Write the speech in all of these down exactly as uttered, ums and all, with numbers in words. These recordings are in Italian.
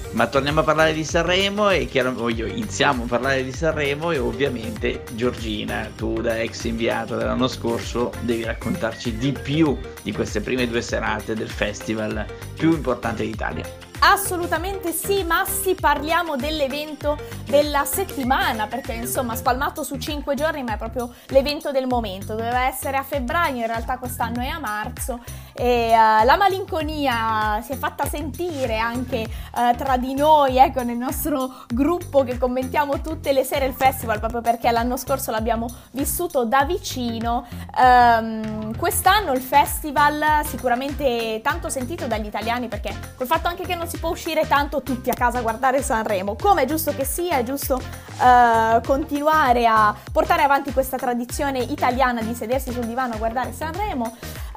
Ma torniamo a parlare di Sanremo e chiaramente iniziamo a parlare di Sanremo e ovviamente Giorgina, tu da ex inviata dell'anno scorso devi raccontarci di più di queste prime due serate del festival più importante d'Italia. Assolutamente sì, Massi, parliamo dell'evento della settimana, perché insomma spalmato su cinque giorni, ma è proprio l'evento del momento. Doveva essere a febbraio, in realtà quest'anno è a marzo e uh, la malinconia si è fatta sentire anche uh, tra di noi, ecco, nel nostro gruppo che commentiamo tutte le sere il festival, proprio perché l'anno scorso l'abbiamo vissuto da vicino. Um, quest'anno il festival sicuramente tanto sentito dagli italiani, perché col fatto anche che non si può uscire tanto tutti a casa a guardare Sanremo, come è giusto che sia, è giusto uh, continuare a portare avanti questa tradizione italiana di sedersi sul divano a guardare Sanremo,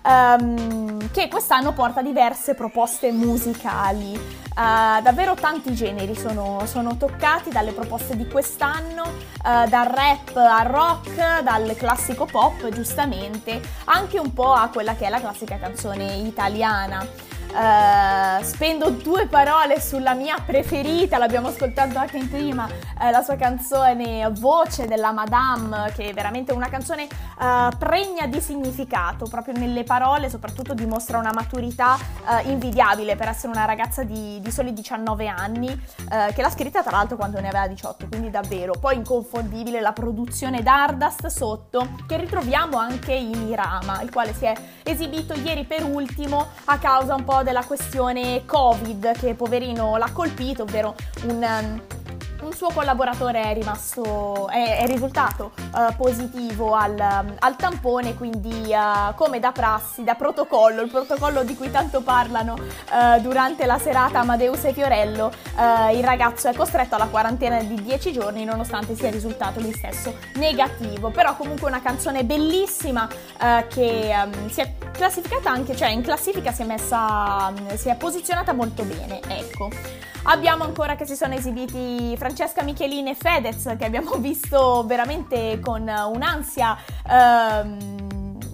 um, che quest'anno porta diverse proposte musicali. Uh, davvero tanti generi sono, sono toccati dalle proposte di quest'anno, uh, dal rap al rock, dal classico pop giustamente, anche un po' a quella che è la classica canzone italiana. Uh, spendo due parole sulla mia preferita, l'abbiamo ascoltato anche in prima, uh, la sua canzone Voce della Madame, che è veramente una canzone uh, pregna di significato, proprio nelle parole, soprattutto dimostra una maturità uh, invidiabile per essere una ragazza di, di soli diciannove anni, uh, che l'ha scritta tra l'altro quando ne aveva diciotto, quindi davvero poi inconfondibile la produzione d'Ardast sotto, che ritroviamo anche in Irama, il quale si è esibito ieri per ultimo a causa un po' della questione Covid che poverino l'ha colpito, ovvero un, um, un suo collaboratore è rimasto, è, è risultato uh, positivo al, um, al tampone, quindi uh, come da prassi, da protocollo, il protocollo di cui tanto parlano uh, durante la serata Amadeus e Fiorello, uh, il ragazzo è costretto alla quarantena di dieci giorni nonostante sia risultato lui stesso negativo. Però comunque una canzone bellissima uh, che um, si è classificata anche, cioè in classifica si è messa, um, si è posizionata molto bene, ecco. Abbiamo ancora che si sono esibiti Francesca Michelin e Fedez, che abbiamo visto veramente con un'ansia ehm,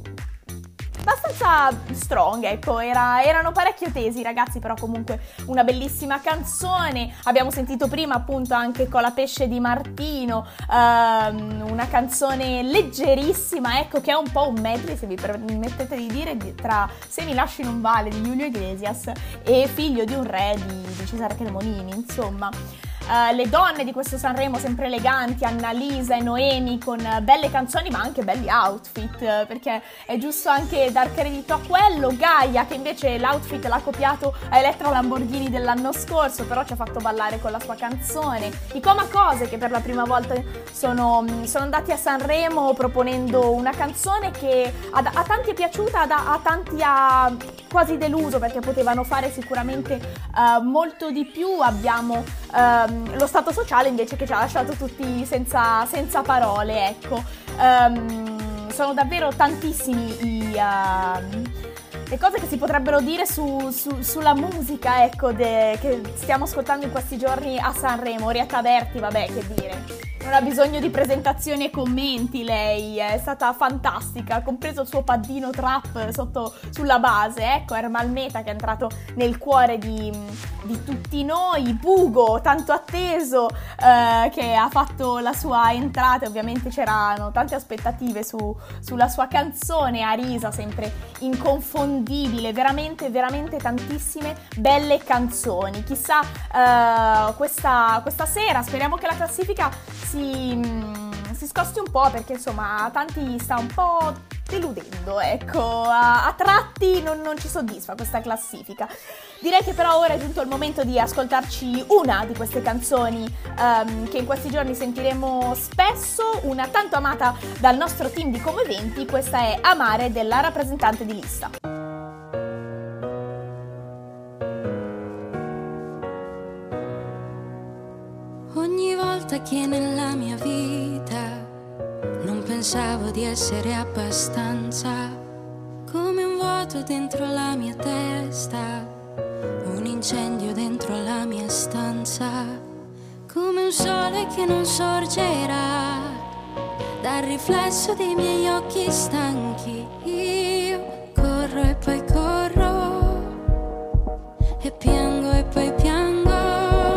abbastanza strong, ecco, Era, erano parecchio tesi i ragazzi, però comunque una bellissima canzone. Abbiamo sentito prima appunto anche Colapesce di Martino, ehm, una canzone leggerissima, ecco, che è un po' un medley, se vi permettete di dire, tra Se mi lasci in un vale di Julio Iglesias e Figlio di un re di, di Cesare Cremonini, insomma. Uh, le donne di questo Sanremo sempre eleganti, Annalisa e Noemi con uh, belle canzoni ma anche belli outfit, uh, perché è giusto anche dar credito a quello. Gaia, che invece l'outfit l'ha copiato a Elettra Lamborghini dell'anno scorso, però ci ha fatto ballare con la sua canzone. I Comacose, che per la prima volta sono, sono andati a Sanremo proponendo una canzone che a, a tanti è piaciuta, a, a tanti ha quasi deluso, perché potevano fare sicuramente uh, molto di più. Abbiamo um, lo Stato Sociale invece che ci ha lasciato tutti senza, senza parole, ecco. Um, sono davvero tantissimi i, uh, le cose che si potrebbero dire su, su, sulla musica, ecco, de, che stiamo ascoltando in questi giorni a Sanremo. Orietta Berti, vabbè, che dire, non ha bisogno di presentazioni e commenti, lei è stata fantastica, compreso il suo paddino trap sotto sulla base, ecco. Ermal Meta, che è entrato nel cuore di, di tutti noi. Bugo, tanto atteso, eh, che ha fatto la sua entrata, ovviamente c'erano tante aspettative su, sulla sua canzone. Arisa, sempre inconfondibile, veramente veramente tantissime belle canzoni. Chissà eh, questa, questa sera, speriamo che la classifica si si scosti un po', perché insomma a tanti sta un po' deludendo, ecco, a, a tratti non, non ci soddisfa questa classifica. Direi che però ora è giunto il momento di ascoltarci una di queste canzoni um, che in questi giorni sentiremo spesso, una tanto amata dal nostro team di Como Eventi. Questa è Amare della rappresentante di lista. Ogni volta che nella mia vita non pensavo di essere abbastanza, come un vuoto dentro la mia testa, un incendio dentro la mia stanza, come un sole che non sorgerà dal riflesso dei miei occhi stanchi. Io corro e poi corro e piango e poi piango.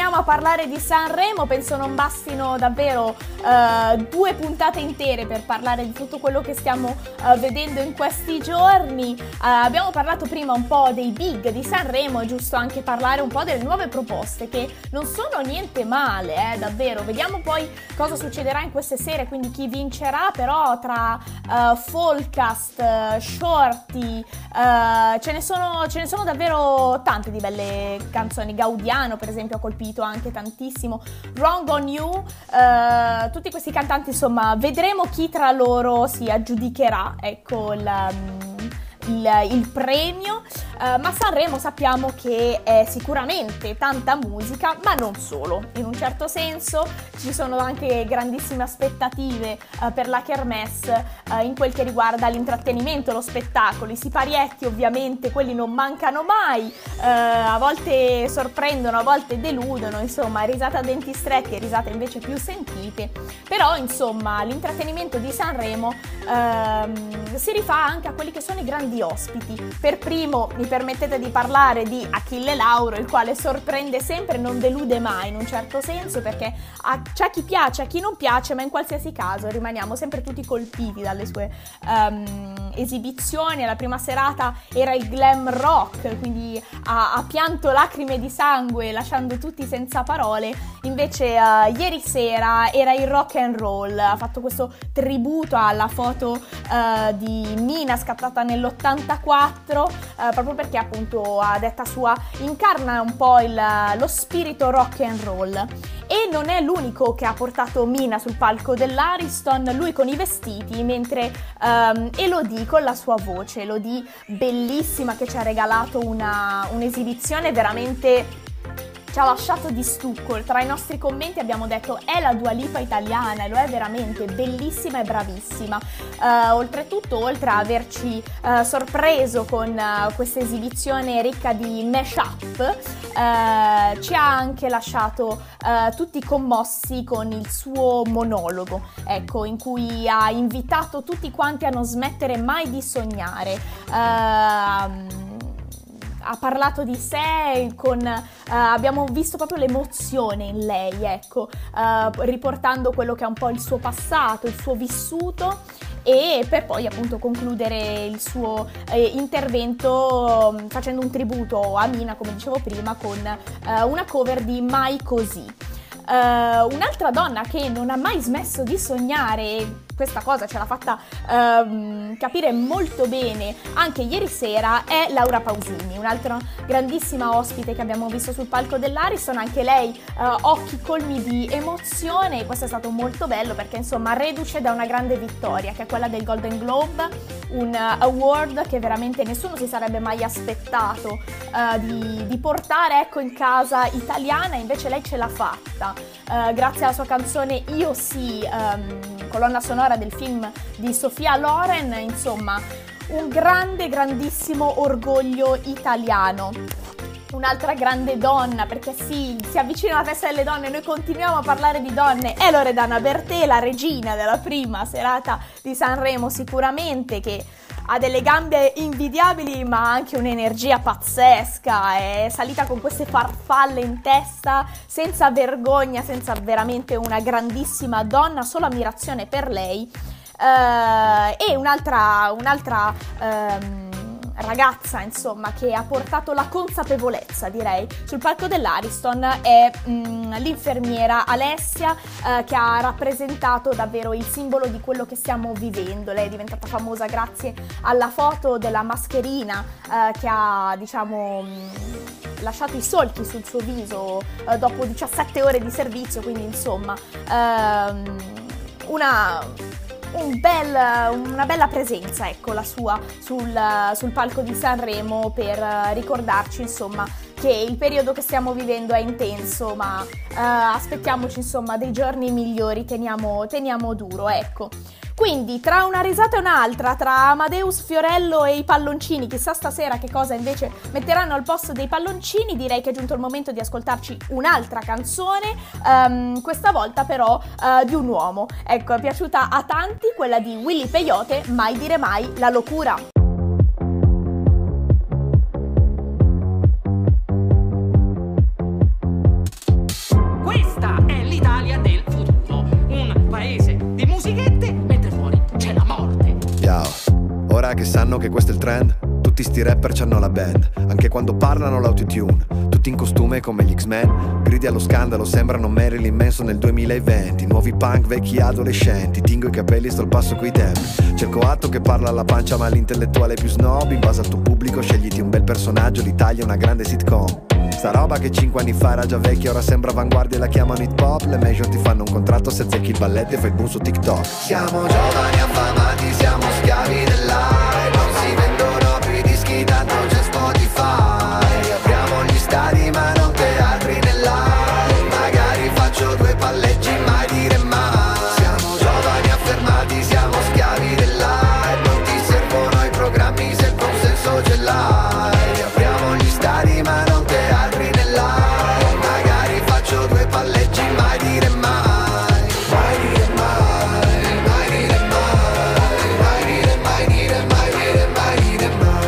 torniamo a parlare di Sanremo. Penso non bastino davvero uh, due puntate intere per parlare di tutto quello che stiamo uh, vedendo in questi giorni. Uh, abbiamo parlato prima un po' dei big di Sanremo, è giusto anche parlare un po' delle nuove proposte che non sono niente male, eh, davvero. Vediamo poi cosa succederà in queste sere, quindi chi vincerà, però tra uh, Folkast, uh, Shorty, uh, ce ne sono, ce ne sono davvero tante di belle canzoni. Gaudiano per esempio ha colpito anche tantissimo, Wrong on You, uh, tutti questi cantanti, insomma vedremo chi tra loro si aggiudicherà, ecco, il, um, il, il premio. Uh, ma Sanremo sappiamo che è sicuramente tanta musica, ma non solo. In un certo senso ci sono anche grandissime aspettative uh, per la Kermesse uh, in quel che riguarda l'intrattenimento, lo spettacolo. I siparietti ovviamente, quelli non mancano mai, uh, a volte sorprendono, a volte deludono, insomma risate a denti stretti e risate invece più sentite. Però insomma l'intrattenimento di Sanremo uh, si rifà anche a quelli che sono i grandi ospiti. Per primo mi permettete di parlare di Achille Lauro, il quale sorprende sempre e non delude mai in un certo senso, perché a, c'è chi piace, a chi non piace, ma in qualsiasi caso rimaniamo sempre tutti colpiti dalle sue um, esibizioni. La prima serata era il glam rock, quindi ha, ha pianto lacrime di sangue lasciando tutti senza parole. Invece uh, ieri sera era il rock and roll, ha fatto questo tributo alla foto uh, di Mina scattata nell'ottantaquattro, uh, proprio perché appunto a detta sua incarna un po' il, lo spirito rock and roll. E non è l'unico che ha portato Mina sul palco dell'Ariston, lui con i vestiti, mentre um, Elodie con la sua voce, Elodie bellissima che ci ha regalato una, un'esibizione veramente, ci ha lasciato di stucco. Tra i nostri commenti abbiamo detto è la Dua Lipa italiana, e lo è veramente, bellissima e bravissima. Uh, oltretutto, oltre a averci uh, sorpreso con uh, questa esibizione ricca di mashup, uh, ci ha anche lasciato uh, tutti commossi con il suo monologo, ecco, in cui ha invitato tutti quanti a non smettere mai di sognare. Uh, ha parlato di sé, con, uh, abbiamo visto proprio l'emozione in lei, ecco, uh, riportando quello che è un po' il suo passato, il suo vissuto, e per poi appunto concludere il suo eh, intervento um, facendo un tributo a Mina, come dicevo prima, con uh, una cover di Mai Così. Uh, un'altra donna che non ha mai smesso di sognare, questa cosa ce l'ha fatta uh, capire molto bene anche ieri sera, è Laura Pausini, un'altra grandissima ospite che abbiamo visto sul palco dell'Ariston, anche lei uh, occhi colmi di emozione. Questo è stato molto bello perché insomma reduce da una grande vittoria che è quella del Golden Globe, un uh, award che veramente nessuno si sarebbe mai aspettato uh, di, di portare, ecco, in casa italiana, invece lei ce l'ha fatta. Uh, grazie alla sua canzone Io Sì, um, colonna sonora del film di Sofia Loren, insomma un grande, grandissimo orgoglio italiano. Un'altra grande donna, perché sì, si avvicina la festa delle donne, noi continuiamo a parlare di donne, è Loredana Bertè, la regina della prima serata di Sanremo sicuramente, che ha delle gambe invidiabili ma anche un'energia pazzesca, è salita con queste farfalle in testa senza vergogna, senza, veramente una grandissima donna, solo ammirazione per lei. Uh, e un'altra, un'altra um, ragazza insomma che ha portato la consapevolezza, direi, sul palco dell'Ariston è mh, l'infermiera Alessia, eh, che ha rappresentato davvero il simbolo di quello che stiamo vivendo. Lei è diventata famosa grazie alla foto della mascherina eh, che ha, diciamo, mh, lasciato i solchi sul suo viso eh, dopo diciassette ore di servizio, quindi insomma ehm, una Un bel, una bella presenza, ecco, la sua sul, sul palco di Sanremo, per ricordarci insomma che il periodo che stiamo vivendo è intenso, ma uh, aspettiamoci insomma dei giorni migliori, teniamo, teniamo duro, ecco. Quindi tra una risata e un'altra, tra Amadeus, Fiorello e i palloncini, chissà stasera che cosa invece metteranno al posto dei palloncini, direi che è giunto il momento di ascoltarci un'altra canzone, um, questa volta però uh, di un uomo. Ecco, è piaciuta a tanti quella di Willy Peyote, Mai dire mai, La locura. che sanno che questo è il trend. Tutti sti rapper c'hanno la band, anche quando parlano l'autotune. Tutti in costume come gli X-Men, gridi allo scandalo, sembrano Marilyn Manson nel duemilaventi. Nuovi punk, vecchi adolescenti, tingo i capelli, sto al passo coi tempi. Cerco atto che parla alla pancia ma l'intellettuale più snob. In base al tuo pubblico scegliti un bel personaggio, l'Italia è una grande sitcom. Sta roba che cinque anni fa era già vecchia, ora sembra avanguardia e la chiamano hip hop. Le major ti fanno un contratto se azzecchi il balletto e fai il boom su TikTok. Siamo giovani affamati, siamo schiavi dell'hype. Non si vendono più i dischi, tanto c'è Spotify. Apriamo gli stadi ma non teatri nell'aria. Magari faccio due palleggi, mai dire mai. Siamo giovani affermati, siamo schiavi dell'hype. Non ti servono i programmi se il consenso ce l'hai. Apriamo gli stadi ma non teatri nell'aria. Magari faccio due palleggi, mai dire mai. Mai dire mai, mai dire mai. Mai dire mai, dire mai, dire mai, dire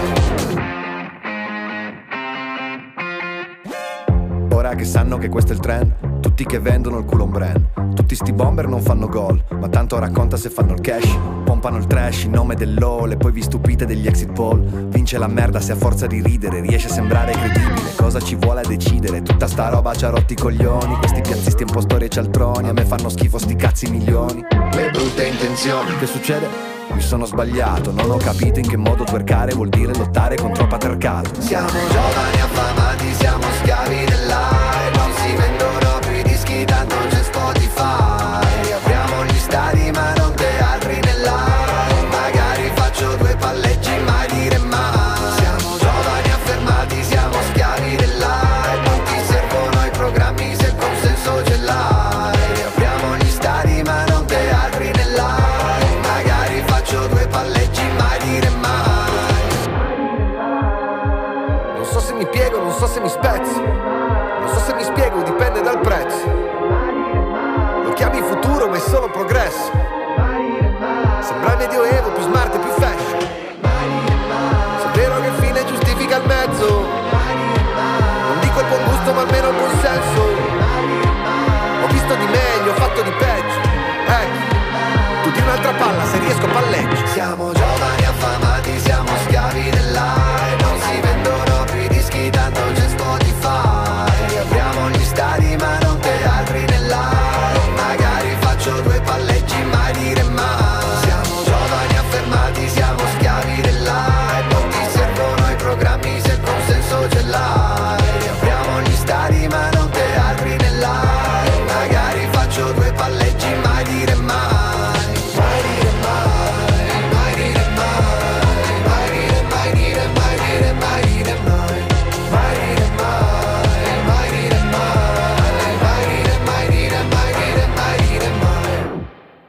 mai. Ora che sanno che questo è il trend, tutti che vendono il culo un brand. Tutti sti bomber non fanno gol, ma tanto racconta se fanno il cash. Pompano il trash in nome dell'O L e poi vi stupite degli exit poll. Vince la merda se a forza di ridere riesce a sembrare credibile. Cosa ci vuole a decidere? Tutta sta roba ci ha rotti i coglioni. Questi piazzisti un po' storie cialtroni. A me fanno schifo sti cazzi milioni. Le brutte intenzioni. Che succede? Mi sono sbagliato, non ho capito in che modo twerkare vuol dire lottare contro il patriarcato. Siamo giovani affamati, siamo schiavi dell'hype. Non si vendono più i dischi, tanto c'è Spotify. Apriamo gli stadi ma non teatri nell'aria. Magari faccio due palleggi, mai dire mai. Siamo giovani affermati, siamo schiavi dell'hype. Non ti servono i programmi se il consenso ce l'hai. Apriamo gli stadi ma non teatri nell'aria. Magari faccio due palleggi, mai dire mai. Non so se mi piego, non so se mi spezzo. Non so se mi spiego, dipende dal prezzo. Lo chiami futuro ma è solo progresso. Sembra il medioevo, più smart e più fashion. Se è vero che il fine giustifica il mezzo, non dico il buon gusto ma almeno il buon senso. Ho visto di meglio, ho fatto di peggio. Ecco, tu di un'altra palla se riesco palleggio. Siamo giovani affamati, siamo schiavi dell'hype. Non si vendono più i dischi, tanto c'è Spotify. Apriamo gli stadi ma non teatri nell'aria. Magari faccio due palleggi, mai dire mai. Siamo giovani affermati, siamo schiavi dell'hype. Non ti servono i programmi se il consenso ce l'hai. Apriamo gli stadi ma non teatri nell'aria. Magari faccio due palleggi, mai dire mai. Mai dire mai, mai dire mai. Mai dire mai, dire mai, dire mai, dire mai. Mai dire mai, mai dire mai. Mai dire mai, dire mai, dire mai, dire mai.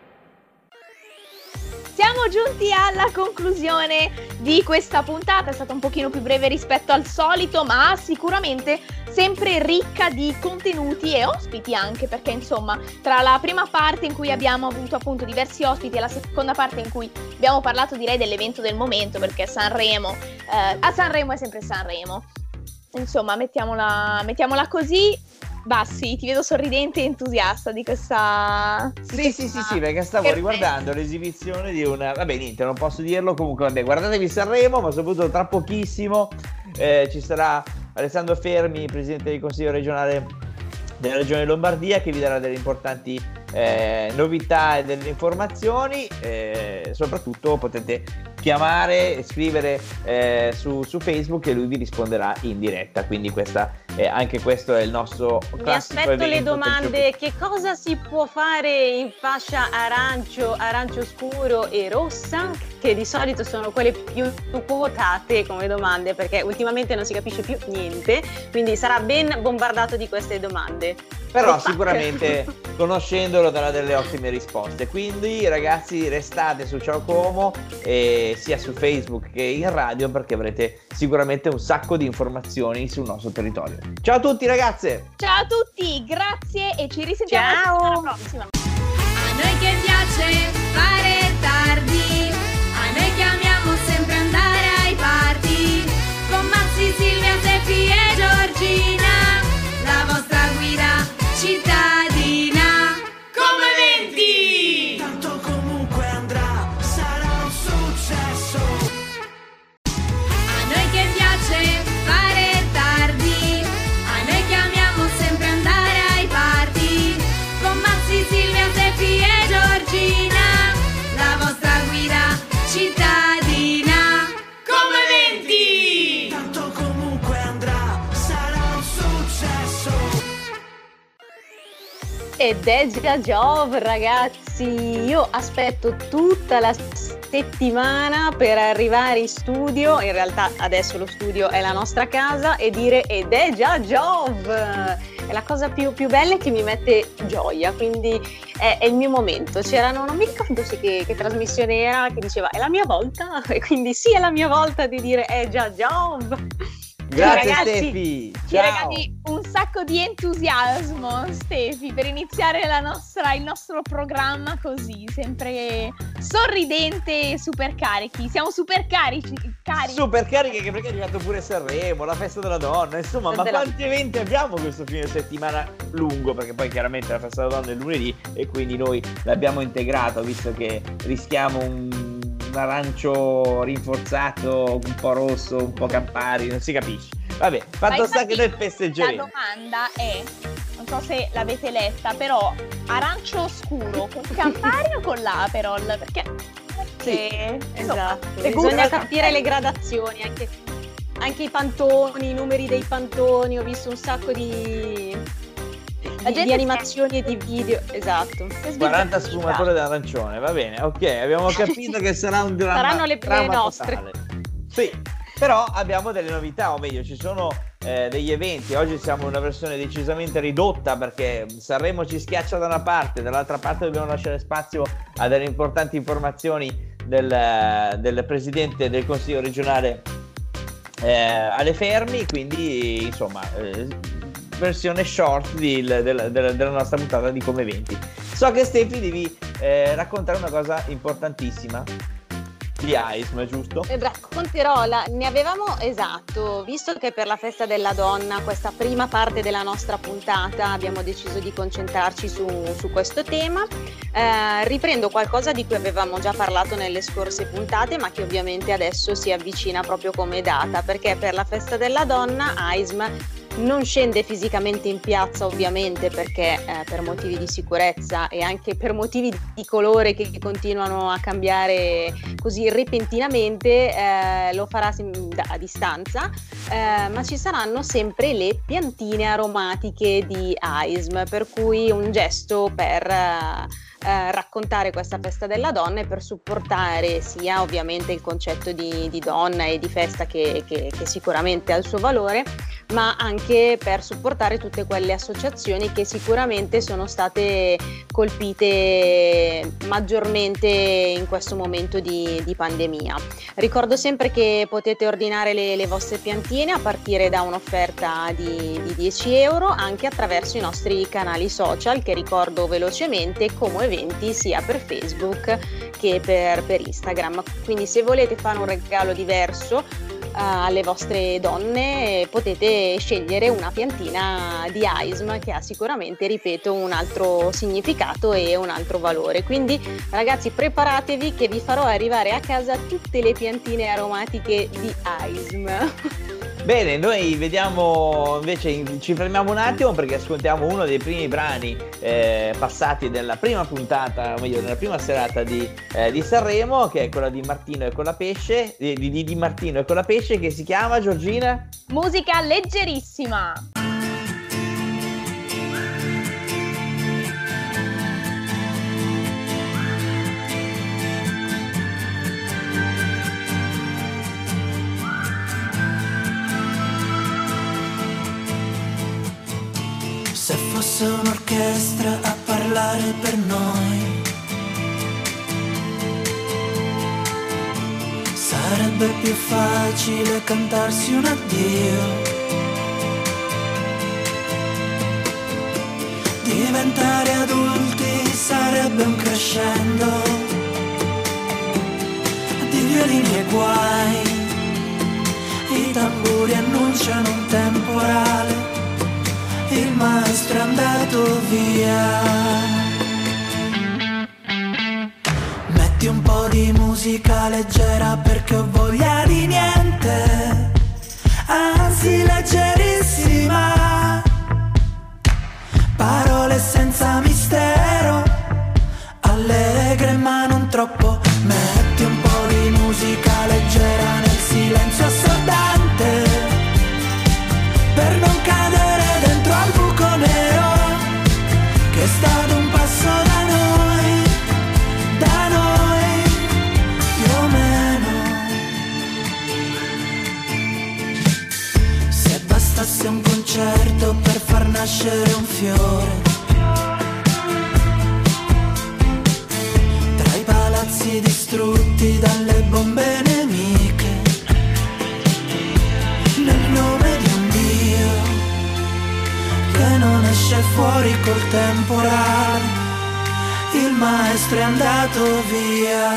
Siamo giunti alla conclusione di questa puntata, è stata un pochino più breve rispetto al solito, ma sicuramente sempre ricca di contenuti e ospiti anche, perché insomma tra la prima parte in cui abbiamo avuto appunto diversi ospiti e la seconda parte in cui abbiamo parlato direi dell'evento del momento, perché Sanremo, eh, a Sanremo è sempre Sanremo, insomma mettiamola, mettiamola così. Bassi, ti vedo sorridente e entusiasta di questa... Sì, sì, sì, sì, perché stavo riguardando l'esibizione di una... Vabbè, niente, non posso dirlo, comunque, vabbè, guardatevi Sanremo, ma soprattutto tra pochissimo eh, ci sarà Alessandro Fermi, presidente del Consiglio regionale della Regione Lombardia, che vi darà delle importanti eh, novità e delle informazioni, eh, soprattutto potete chiamare e scrivere eh, su, su Facebook e lui vi risponderà in diretta, quindi questa, eh, anche questo è il nostro classico Mi aspetto le domande: più... che cosa si può fare in fascia arancio, arancio scuro e rossa, che di solito sono quelle più quotate come domande, perché ultimamente non si capisce più niente, quindi sarà ben bombardato di queste domande. Però Rotac. Sicuramente conoscendolo darà delle ottime risposte, quindi ragazzi restate su Ciao Como, eh, sia su Facebook che in radio, perché avrete sicuramente un sacco di informazioni sul nostro territorio. Ciao a tutti ragazze! Ciao a tutti, grazie e ci risentiamo Ciao. alla prossima. A noi che piace fare tardi, a noi che amiamo sempre andare ai party, con Mazzi, Silvia, Seffi e Giorgina, la vostra guida cittadina. Come venti! Tanto comunque andrà, sarà un successo. Ed è già Giove, ragazzi, io aspetto tutta la settimana per arrivare in studio, in realtà adesso lo studio è la nostra casa, e dire ed è già Giove, è la cosa più, più bella che mi mette gioia, quindi è, è il mio momento. C'erano, non mi ricordo se che, che trasmissione era, che diceva è la mia volta, e quindi sì, è la mia volta di dire è già Giove. Grazie ragazzi, Stefi, ci regali un sacco di entusiasmo, Stefi, per iniziare la nostra, il nostro programma così, sempre sorridente e super carichi. Siamo super carichi, carichi. Super cariche, che perché è arrivato pure Sanremo, la festa della donna, insomma, ma Della... quanti eventi abbiamo questo fine settimana lungo, perché poi chiaramente la festa della donna è lunedì e quindi noi l'abbiamo integrato, visto che rischiamo un un arancio rinforzato, un po' rosso, un po' Campari, non si capisce. Vabbè, fatto sta che noi festeggeremo. La domanda è, non so se l'avete letta, però arancio scuro con Campari o con l'Aperol? Perché sì, insomma, esatto, le bisogna gusta- capire le gradazioni, anche, anche i pantoni, i numeri dei pantoni, ho visto un sacco di... La Di, gente di animazioni e di video, esatto. quaranta sfumature d'arancione, va bene, ok, abbiamo capito che sarà un dramma. Saranno le- dramma le nostre. totale. Sì, però abbiamo delle novità, o meglio, ci sono eh, degli eventi. Oggi siamo in una versione decisamente ridotta perché Sanremo ci schiaccia da una parte, dall'altra parte dobbiamo lasciare spazio a delle importanti informazioni del, del presidente del Consiglio regionale eh, Ale Fermi, quindi insomma... Eh, versione short di, della, della, della nostra puntata di Come Eventi. So che Stefi devi eh, raccontare una cosa importantissima di A I S M, giusto? Eh, Racconterò, la, ne avevamo, esatto, visto che per la festa della donna, questa prima parte della nostra puntata, abbiamo deciso di concentrarci su, su questo tema. Eh, riprendo qualcosa di cui avevamo già parlato nelle scorse puntate, ma che ovviamente adesso si avvicina proprio come data, perché per la festa della donna A I S M non scende fisicamente in piazza, ovviamente, perché eh, per motivi di sicurezza e anche per motivi di colore che continuano a cambiare così repentinamente, eh, lo farà sim- da, a distanza, eh, ma ci saranno sempre le piantine aromatiche di A I S M, per cui un gesto per eh, eh, raccontare questa festa della donna e per supportare sia ovviamente il concetto di, di donna e di festa che, che, che sicuramente ha il suo valore, ma anche per supportare tutte quelle associazioni che sicuramente sono state colpite maggiormente in questo momento di, di pandemia. Ricordo sempre che potete ordinare le, le vostre piantine a partire da un'offerta di, di dieci euro anche attraverso i nostri canali social, che ricordo velocemente Como Eventi sia per Facebook che per, per Instagram. Quindi se volete fare un regalo diverso alle vostre donne, potete scegliere una piantina di A I S M che ha sicuramente, ripeto, un altro significato e un altro valore. Quindi ragazzi, preparatevi che vi farò arrivare a casa tutte le piantine aromatiche di A I S M. Bene, noi vediamo invece, ci fermiamo un attimo perché ascoltiamo uno dei primi brani eh, passati della prima puntata, o meglio della prima serata di, eh, di Sanremo, che è quella di Martino e con la pesce, di, di, di Martino e con la pesce, che si chiama, Giorgina? Musica leggerissima. Se fosse un'orchestra a parlare per noi, sarebbe più facile cantarsi un addio. Diventare adulti sarebbe un crescendo di violini e guai. I tamburi annunciano un temporale, il maestro è andato via. Metti un po' di musica leggera perché ho voglia di niente, anzi leggerissima. Parole senza mistero, allegre ma non troppo. Metti un po' di musica leggera nel silenzio assordante, per non cadere dentro al buco nero che sta col temporale, il maestro è andato via.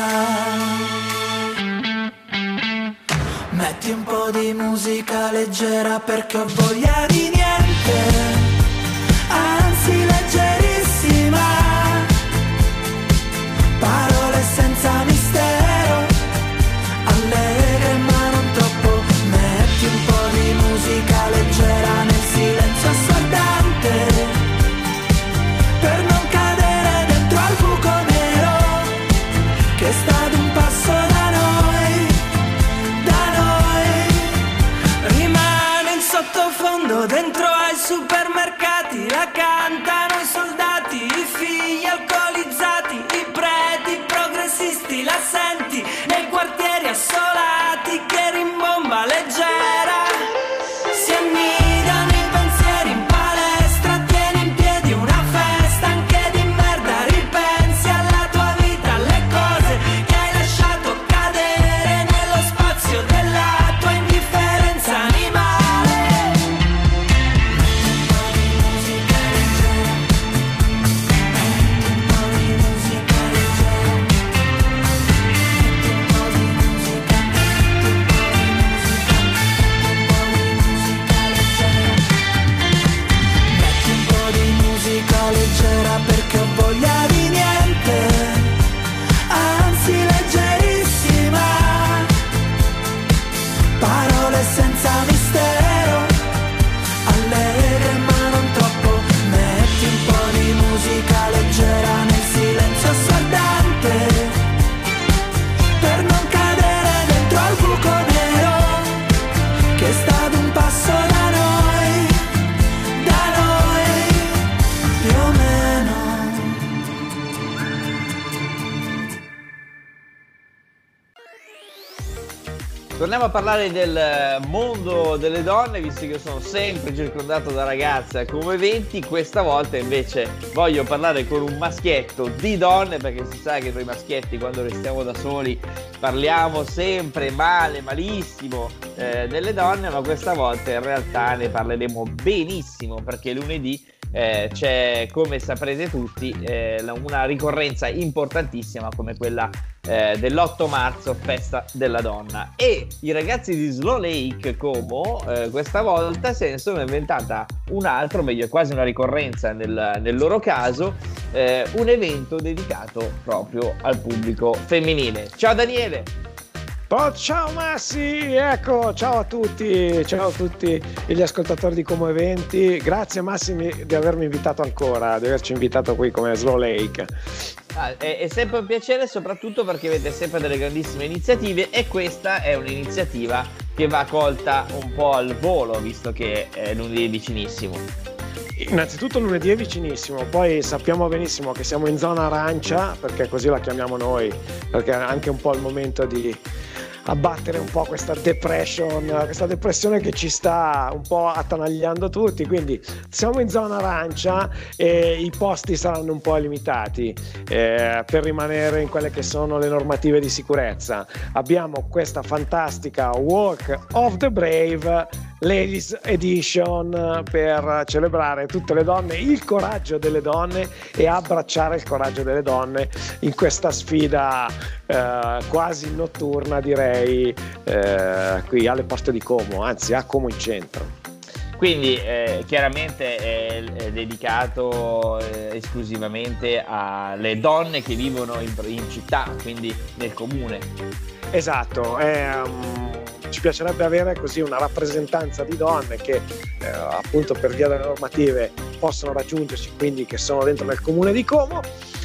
Metti un po' di musica leggera perché ho voglia di niente, anzi leggerissima, parole senza mistero, allegre ma non troppo. Metti un po' di musica leggera nel silenzio assordante, per non cadere dentro al buco nero che sta ad un passo da noi, da noi. Rimane in sottofondo dentro ai supermercati, la cantano i soldati, i figli alcolizzati, i preti progressisti, la senti nei quartieri assolati che rimbomba leggera. Si annidano i pensieri in palestra, tieni in piedi una festa anche di merda, ripensi alla tua vita, alle cose che hai lasciato cadere nello spazio della tua indifferenza animale. Metti un po' di musica leggera, metti un po' di musica leggera, metti un po' di musica, metti un po' di musica, metti un po' di musica leggera perché ho voglia di niente, anzi leggerissima, parole senza mistero, allegre ma non troppo. Metti un po' di musica leggera nel silenzio assordante, per non cadere dentro al buco nero che sta ad un passo da noi, da noi, più o meno. Torniamo a parlare del mondo delle donne, visto che sono sempre circondato da ragazze come venti. Questa volta invece voglio parlare con un maschietto di donne, perché si sa che noi maschietti quando restiamo da soli parliamo sempre male, malissimo eh, delle donne, ma questa volta in realtà ne parleremo benissimo, perché lunedì eh, c'è, come saprete tutti, eh, una ricorrenza importantissima come quella eh, dell'otto marzo, festa della donna, e i ragazzi di Slow Lake Como eh, questa volta se ne sono inventata un altro, meglio è quasi una ricorrenza nel, nel loro caso, eh, un evento dedicato proprio al pubblico femminile. Ciao Daniele! Oh, ciao Massi, ecco, ciao a tutti, ciao a tutti gli ascoltatori di Como Eventi. Grazie Massi di avermi invitato ancora, di averci invitato qui come Slow Lake. Ah, è, è sempre un piacere, soprattutto perché avete sempre delle grandissime iniziative, e questa è un'iniziativa che va colta un po' al volo, visto che è lunedì vicinissimo. Innanzitutto lunedì è vicinissimo, poi sappiamo benissimo che siamo in zona arancia, perché così la chiamiamo noi, perché è anche un po' il momento di abbattere un po' questa depression, questa depressione che ci sta un po' attanagliando tutti, quindi siamo in zona arancia e i posti saranno un po' limitati eh, per rimanere in quelle che sono le normative di sicurezza. Abbiamo questa fantastica Walk of the Brave Ladies Edition per celebrare tutte le donne, il coraggio delle donne, e abbracciare il coraggio delle donne in questa sfida eh, quasi notturna, direi, eh, qui alle porte di Como, anzi a Como in centro. Quindi eh, chiaramente è, è dedicato eh, esclusivamente alle donne che vivono in, in città, quindi nel comune. Esatto, è, um, ci piacerebbe avere così una rappresentanza di donne che eh, appunto per via delle normative possono raggiungerci, quindi che sono dentro nel comune di Como,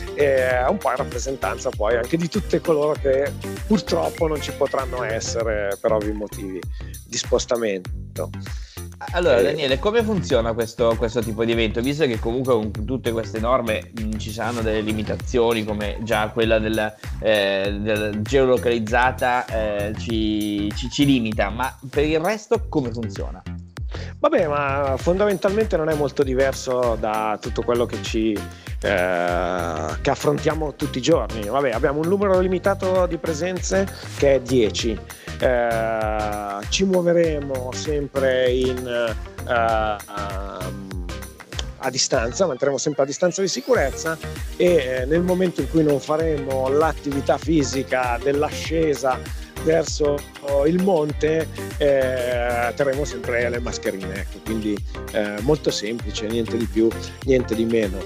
e un po' in rappresentanza poi anche di tutte coloro che purtroppo non ci potranno essere per ovvi motivi di spostamento. Allora Daniele, come funziona questo, questo tipo di evento? Visto che comunque con tutte queste norme mh, ci saranno delle limitazioni, come già quella del, eh, del geolocalizzata eh, ci, ci, ci limita, ma per il resto come funziona? Vabbè, ma fondamentalmente non è molto diverso da tutto quello che ci eh, che affrontiamo tutti i giorni. Vabbè, abbiamo un numero limitato di presenze che è dieci. Eh, ci muoveremo sempre in uh, um, a distanza, manterremo sempre a distanza di sicurezza, e eh, nel momento in cui non faremo l'attività fisica dell'ascesa verso il monte eh, terremo sempre le mascherine, ecco, quindi eh, molto semplice, niente di più, niente di meno.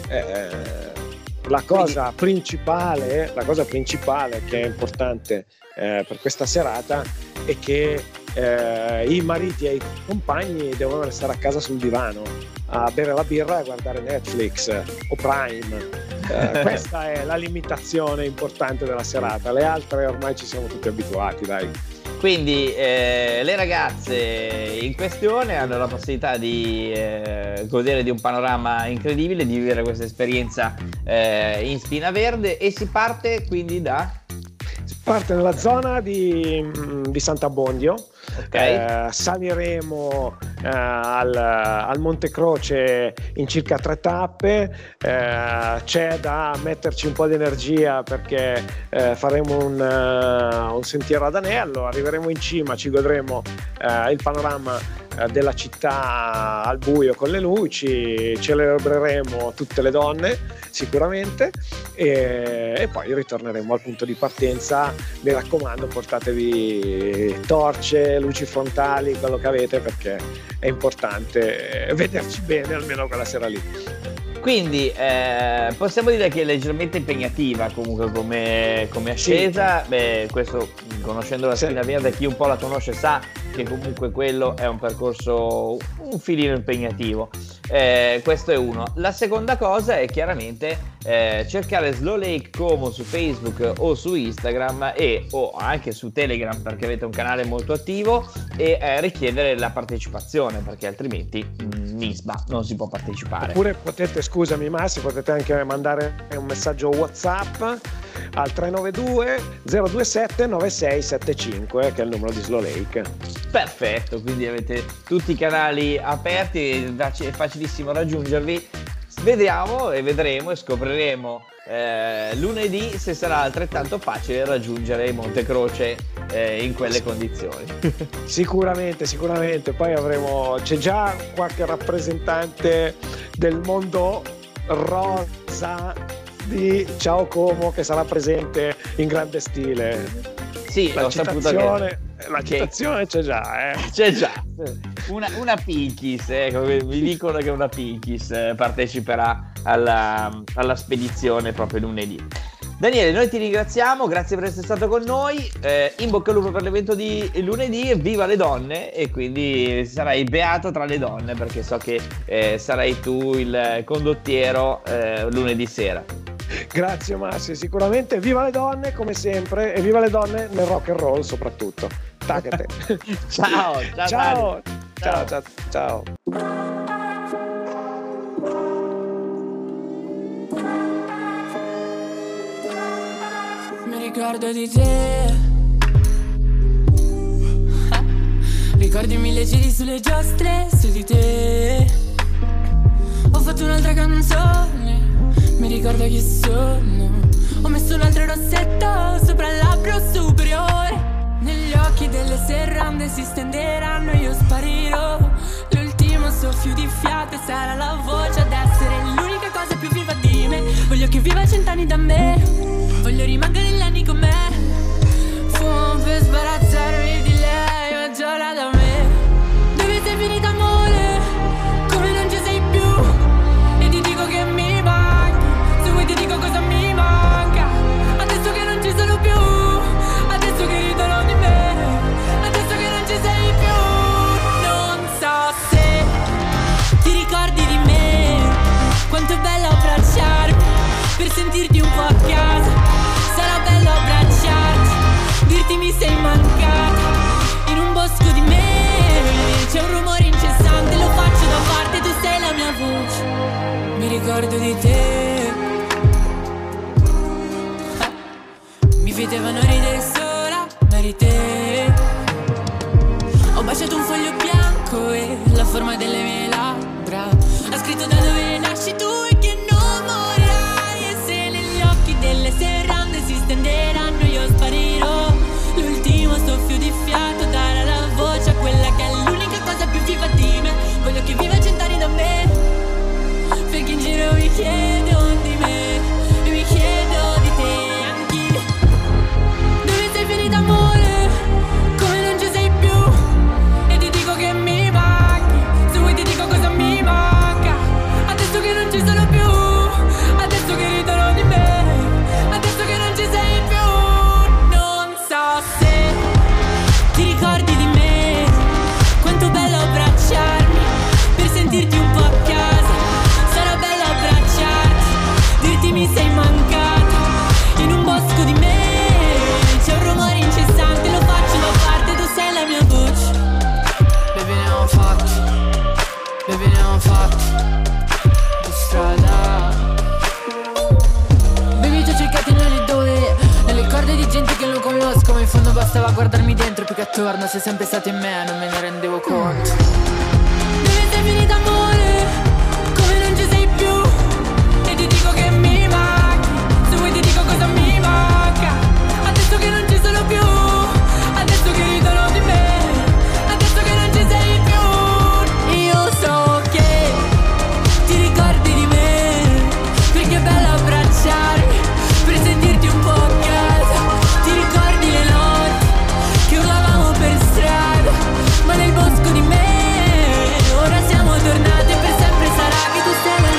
Eh, la cosa principale, la cosa principale che è importante eh, per questa serata è che eh, i mariti e i compagni devono restare a casa sul divano a bere la birra e a guardare Netflix o Prime. Eh, questa è la limitazione importante della serata, le altre ormai ci siamo tutti abituati, dai. Quindi eh, le ragazze in questione hanno la possibilità di eh, godere di un panorama incredibile, di vivere questa esperienza eh, in Spina Verde, e si parte quindi da... Si parte nella zona di, di Sant'Abbondio. Okay. Eh, saliremo eh, al, al Monte Croce in circa tre tappe, eh, c'è da metterci un po' di energia perché eh, faremo un, uh, un sentiero ad anello, arriveremo in cima, ci godremo uh, il panorama uh, della città al buio con le luci, celebreremo tutte le donne sicuramente, e, e poi ritorneremo al punto di partenza. Mi raccomando, portatevi torce, luci frontali, quello che avete, perché è importante vederci bene almeno quella sera lì. Quindi eh, possiamo dire che è leggermente impegnativa comunque come, come ascesa. Sì. Beh, questo, conoscendo la Spina Verde, chi un po' la conosce sa che comunque quello è un percorso un filino impegnativo. Eh, questo è uno. La seconda cosa è chiaramente eh, cercare Slow Lake Como su Facebook o su Instagram, e o anche su Telegram, perché avete un canale molto attivo, e eh, richiedere la partecipazione, perché altrimenti mh, misba, non si può partecipare. Oppure potete, scusami Massi, potete anche mandare un messaggio WhatsApp al tre nove due zero due sette nove sei sette cinque, che è il numero di Slow Lake. Perfetto, quindi avete tutti i canali aperti, è facilissimo raggiungervi. Vediamo e vedremo e scopriremo eh, lunedì se sarà altrettanto facile raggiungere Monte Croce eh, in quelle condizioni. Sicuramente, sicuramente. Poi avremo, c'è già qualche rappresentante del mondo rosa di Ciao Como che sarà presente in grande stile. Sì, la ho saputo che... La citazione c'è già, eh. C'è già. Una, una Pinkies, eh, mi dicono che una Pinkies eh, parteciperà alla, alla spedizione proprio lunedì. Daniele, noi ti ringraziamo, grazie per essere stato con noi, eh, in bocca al lupo per l'evento di lunedì, viva le donne, e quindi sarai beato tra le donne, perché so che eh, sarai tu il condottiero eh, lunedì sera. Grazie Massi, sicuramente viva le donne come sempre, e viva le donne nel rock and roll soprattutto. Taccate. Ciao, ciao, ciao, ciao, ciao, ciao. Mi ricordo di te, ricordi mille giri sulle giostre su di te. Ho fatto un'altra canzone, mi ricordo chi sono. Ho messo un altro rossetto sopra il labbro superiore. Negli occhi delle serrande si stenderanno e io sparirò. L'ultimo soffio di fiato sarà la voce ad essere l'unica cosa più viva di me. Voglio che viva cent'anni da me, voglio rimanere negli anni con me. Fumo per sbarazzarmi di lei, ma giora da me. Dove sei finita amore? Come non ci sei più? E ti dico che mi manchi, se vuoi ti dico cosa mi manca. Adesso che non ci sono più, adesso che ridono di me, adesso che non ci sei più. Non so se ti ricordi di me, quanto è bello abbracciarmi per sentirti un po' a casa. Sarà bello abbracciarti, dirti mi sei mancata. In un bosco di me c'è un rumore incessante, lo faccio da parte, tu sei la mia voce. Mi ricordo di te, mi vedevano ridere sola, ma eri te. Ho baciato un foglio bianco e la forma delle mie labbra ha scritto da dove nasci tu e che non morirai. E se negli occhi delle serrande si stenderanno io sparirò. L'ultimo soffio di fiato darà la voce a quella che è l'unica cosa più viva di me. Voglio che viva cent'anni da me, bastava guardarmi dentro più che attorno. Sei sempre stato in me, non me ne rendevo conto. Dove sei finita amore? Come non ci sei più? E ti dico che mi manchi. Se vuoi ti dico cosa mi manca. Adesso che non ci sono più, adesso che ridono di me, adesso che non ci sei più. Io so che ti ricordi di me, perché è bello abbracciarmi, per sentirti un po' a casa. Ti ricordi le notti che urlavamo per strada, ma nel bosco di me. Ora siamo tornate e per sempre sarà che tu sei la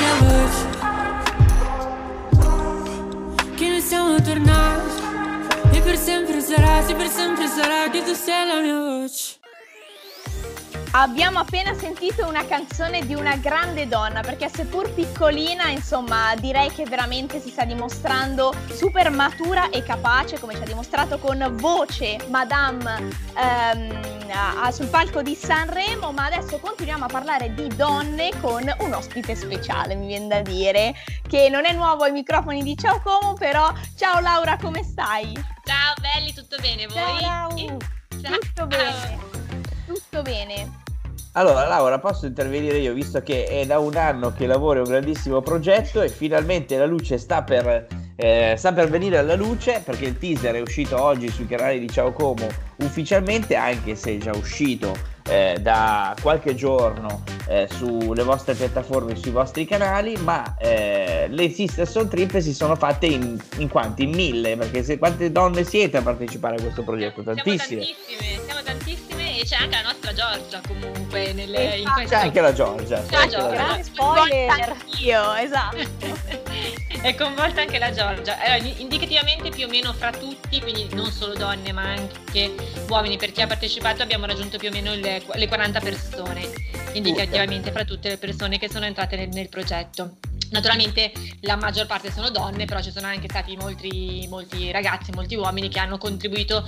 mia voce. Che noi siamo tornati e per sempre sarà, sì per sempre sarà che tu sei la mia voce. Abbiamo appena sentito una canzone di una grande donna, perché seppur piccolina, insomma, direi che veramente si sta dimostrando super matura e capace, come ci ha dimostrato con Voce Madame ehm, a, sul palco di Sanremo. Ma adesso continuiamo a parlare di donne con un ospite speciale, mi viene da dire, che non è nuovo ai microfoni di Ciao Como, però ciao Laura, come stai? Ciao belli, tutto bene, voi? Ciao, tutto bene, tutto bene. Allora Laura, posso intervenire io, visto che è da un anno che lavoro un grandissimo progetto e finalmente la luce sta per, eh, sta per venire alla luce, perché il teaser è uscito oggi sui canali di Ciao Como ufficialmente, anche se è già uscito eh, da qualche giorno eh, sulle vostre piattaforme, sui vostri canali, ma eh, le Sister Soul Trip si sono fatte in, in quanti? In mille, perché se, quante donne siete a partecipare a questo progetto? Tantissime. Siamo tantissime, siamo tantissime, e c'è anche la nostra Giorgia comunque nelle, in C'è questo... anche la Giorgia. C'è la Giorgia. Grande spoiler. Io, esatto. È coinvolta anche la Giorgia. Allora, indicativamente più o meno fra tutti, quindi non solo donne ma anche uomini, per chi ha partecipato abbiamo raggiunto più o meno le, le quaranta persone, indicativamente fra tutte le persone che sono entrate nel, nel progetto. Naturalmente la maggior parte sono donne, però ci sono anche stati molti, molti ragazzi, molti uomini che hanno contribuito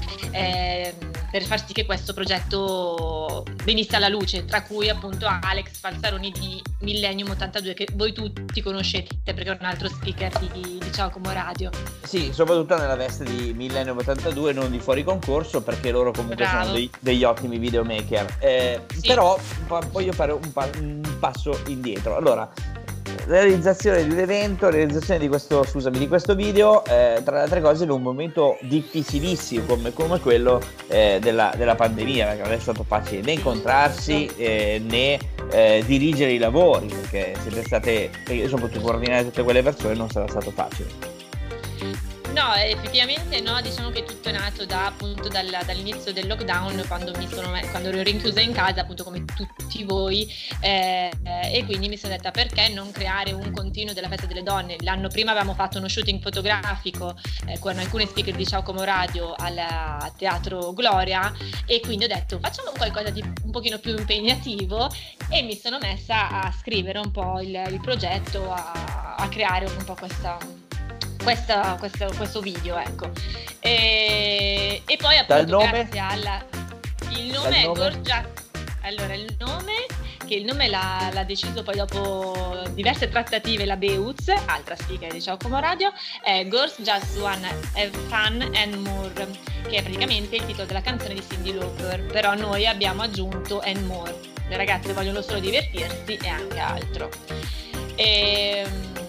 eh, per far sì che questo progetto venisse alla luce, tra cui appunto Alex Falzaroni di Millennium ottantadue, che voi tutti conoscete perché è un altro speaker di, di Ciao Como Radio. Sì, soprattutto nella veste di Millennium ottantadue, non di fuori concorso, perché loro comunque Bravo. sono dei, degli ottimi videomaker. Eh, Sì. Però pa- voglio fare un, pa- un passo indietro. Allora, realizzazione di un evento, realizzazione di questo, scusami, di questo video, eh, tra le altre cose in un momento difficilissimo come, come quello eh, della, della pandemia, perché non è stato facile né incontrarsi eh, né eh, dirigere i lavori, perché siete state, perché io sono potuto coordinare tutte quelle persone, non sarà stato facile. No, effettivamente no, diciamo che tutto è nato da, appunto dal, dall'inizio del lockdown, quando mi sono quando ero rinchiusa in casa, appunto come tutti voi, eh, eh, e quindi mi sono detta perché non creare un continuo della festa delle donne. L'anno prima avevamo fatto uno shooting fotografico eh, con alcune speaker di Ciao Como Radio al, al Teatro Gloria, e quindi ho detto facciamo qualcosa di un pochino più impegnativo, e mi sono messa a scrivere un po' il, il progetto, a, a creare un po' questa Questa, questo, questo video, ecco. E, e poi appunto grazie alla il nome Dal è nome? Gorgia. Allora il nome che il nome l'ha, l'ha deciso poi dopo diverse trattative la Beuz, altra speaker di Ciao Como Radio, è Girls Just Wanna Have Fun and More, che è praticamente il titolo della canzone di Cyndi Lauper, però noi abbiamo aggiunto and more, le ragazze vogliono solo divertirsi e anche altro. E,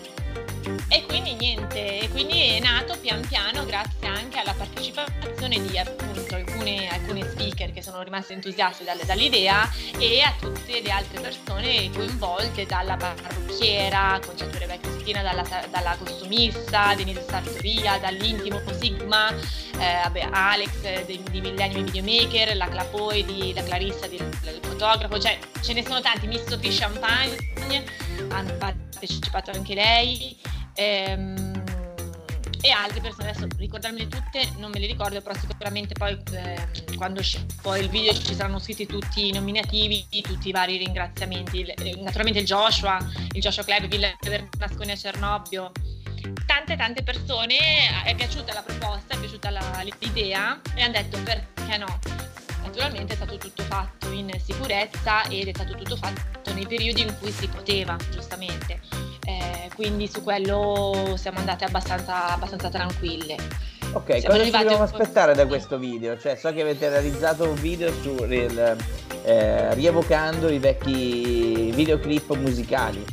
E quindi niente, e quindi è nato pian piano grazie anche alla partecipazione di appunto alcune, alcune speaker che sono rimaste entusiaste dalle, dall'idea, e a tutte le altre persone coinvolte, dalla parrucchiera, Concetto Rebecca Cristina, dalla, dalla costumista, Denise Sartoria, dall'intimo Sigma, eh, vabbè, Alex di, di Millennium Videomaker, la Clapoi, di, la Clarissa di, del fotografo, cioè ce ne sono tanti, Miss Sophie Champagne, hanno partecipato anche lei. Ehm, e altre persone, adesso ricordarmele tutte non me le ricordo, però sicuramente poi eh, quando poi il video ci saranno scritti tutti i nominativi, tutti i vari ringraziamenti, naturalmente il Joshua, il Joshua Club, Villa Bernasconi a Cernobbio, tante tante persone è piaciuta la proposta, è piaciuta la, l'idea, e hanno detto perché no. Naturalmente è stato tutto fatto in sicurezza ed è stato tutto fatto nei periodi in cui si poteva, giustamente. Eh, quindi su quello siamo andate abbastanza, abbastanza tranquille. Ok, Siamo cosa ci arrivati dobbiamo un po'- aspettare da questo video? Cioè, so che avete realizzato un video su il, eh, rievocando i vecchi videoclip musicali.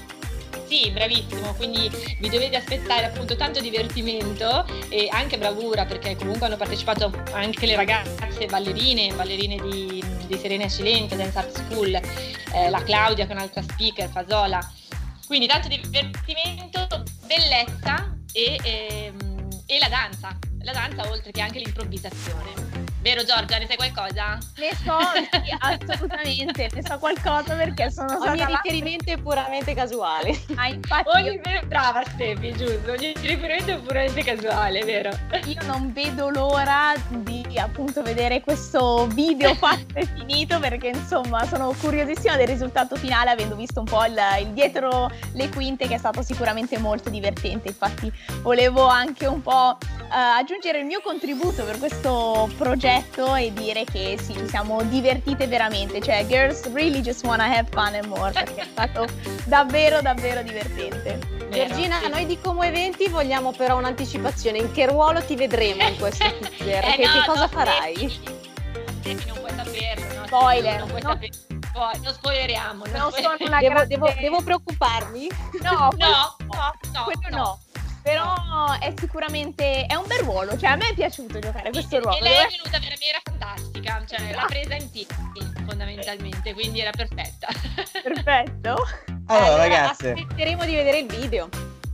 Sì, bravissimo, quindi vi dovete aspettare appunto tanto divertimento e anche bravura, perché comunque hanno partecipato anche le ragazze ballerine, ballerine di, di Serena e Silente, Dance Art School, eh, la Claudia che è un'altra speaker, Fasola, quindi tanto divertimento, bellezza e, ehm, e la danza, la danza oltre che anche l'improvvisazione. Vero Giorgia, ne sai qualcosa? Ne so, sì, assolutamente, ne so qualcosa perché sono Ogni stata là. riferimento è puramente casuale. Ah, infatti Ogni io, brava Stefi, giusto, ogni riferimento è puramente casuale, vero? io non vedo l'ora di appunto vedere questo video fatto e finito, perché insomma sono curiosissima del risultato finale, avendo visto un po' il, il dietro le quinte, che è stato sicuramente molto divertente. Infatti volevo anche un po' eh, aggiungere il mio contributo per questo progetto e dire che sì, ci siamo divertite veramente, cioè girls really just wanna have fun and more, perché è stato davvero davvero divertente. Vero, Giorgina, sì. noi di Como Eventi vogliamo però un'anticipazione. In che ruolo ti vedremo in questo teaser? Eh che, no, che cosa no, farai? Stefi, non puoi saperlo, no? Spoiler, Non puoi no. saperlo. Poi, non spoileriamo. Non spoiler- sono una Devo, grande... devo- devo preoccuparmi? No, No, no, no, quello no. no. Però è sicuramente è un bel ruolo, cioè a me è piaciuto giocare questo ruolo. E lei Dove- è venuta veramente era fantastica, cioè l'ha presa in piedi fondamentalmente, quindi era perfetta. Perfetto. Allora, ragazze, aspetteremo di vedere il video.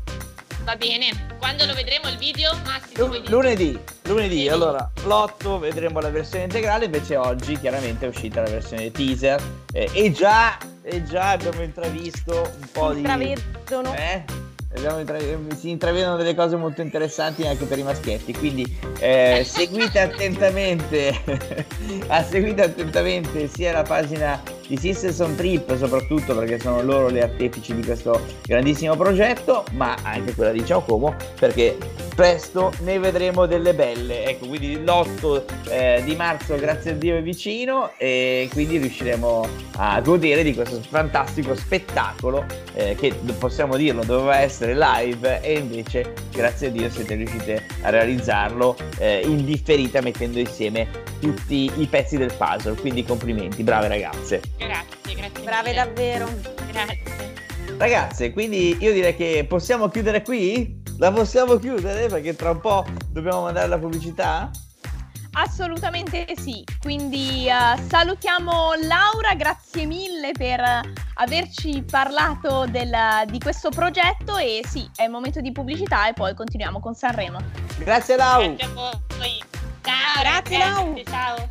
Va bene, quando lo vedremo il video, Massimo? lu- vuoi dire- lunedì, lunedì, Sì. allora, l'otto vedremo la versione integrale, invece oggi chiaramente è uscita la versione teaser eh, e già, e già abbiamo intravisto un po' di... Intravedono. Eh? Abbiamo intra- si intravedono delle cose molto interessanti anche per i maschietti, quindi eh, seguite attentamente ah, seguite attentamente sia la pagina di Sisters on Trip, soprattutto perché sono loro le artefici di questo grandissimo progetto, ma anche quella di Ciao Como, perché presto ne vedremo delle belle. Ecco, quindi l'otto eh, di marzo, grazie a Dio, è vicino e quindi riusciremo a godere di questo fantastico spettacolo eh, che possiamo dirlo doveva essere live e invece grazie a Dio siete riusciti a realizzarlo eh, in differita, mettendo insieme tutti i pezzi del puzzle, quindi complimenti, brave ragazze. Grazie, grazie. Brave mille. davvero. Grazie. Ragazze, quindi io direi che possiamo chiudere qui? La possiamo chiudere perché tra un po' dobbiamo mandare la pubblicità? Assolutamente sì, quindi uh, salutiamo Laura, grazie mille per averci parlato del, di questo progetto e sì, è il momento di pubblicità e poi continuiamo con Sanremo. Grazie Lau! Grazie a voi. Ciao, Grazie, ragazzi, Lau. ciao.